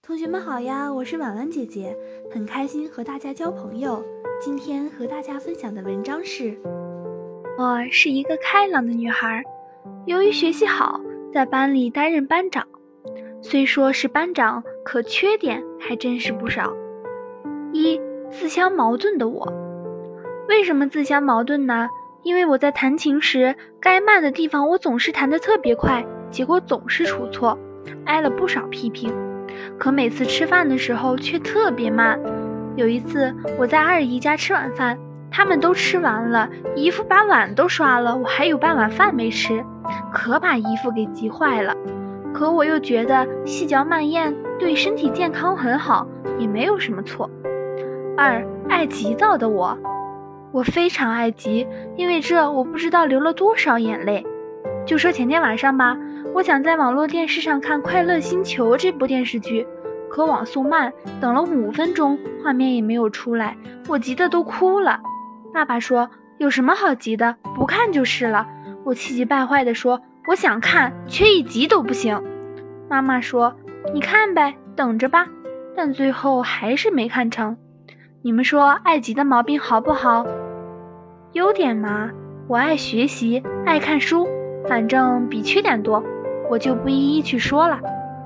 同学们好呀，我是婉婉姐姐，很开心和大家交朋友。今天和大家分享的文章是： 我是一个开朗的女孩，由于学习好，在班里担任班长。虽说是班长，可缺点还真是不少。一、自相矛盾的我。为什么自相矛盾呢？因为我在弹琴时，该慢的地方我总是弹得特别快，结果总是出错，挨了不少批评。可每次吃饭的时候却特别慢。有一次我在二姨家吃晚饭，他们都吃完了，姨父把碗都刷了，我还有半碗饭没吃，可把姨父给急坏了。可我又觉得细嚼慢咽对身体健康很好，也没有什么错。二、爱急躁的我非常爱急，因为这我不知道流了多少眼泪。就说前天晚上吧，我想在网络电视上看《快乐星球》这部电视剧，可网速慢，等了5分钟，画面也没有出来，我急得都哭了。爸爸说有什么好急的，不看就是了。我气急败坏地说我想看，却一集都不行。妈妈说你看呗，等着吧，但最后还是没看成。你们说爱急的毛病好不好？优点嘛，我爱学习，爱看书，反正比缺点多，我就不一一去说了。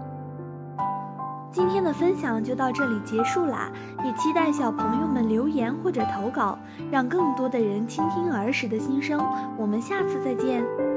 今天的分享就到这里结束啦，也期待小朋友们留言或者投稿，让更多的人倾听儿时的心声。我们下次再见。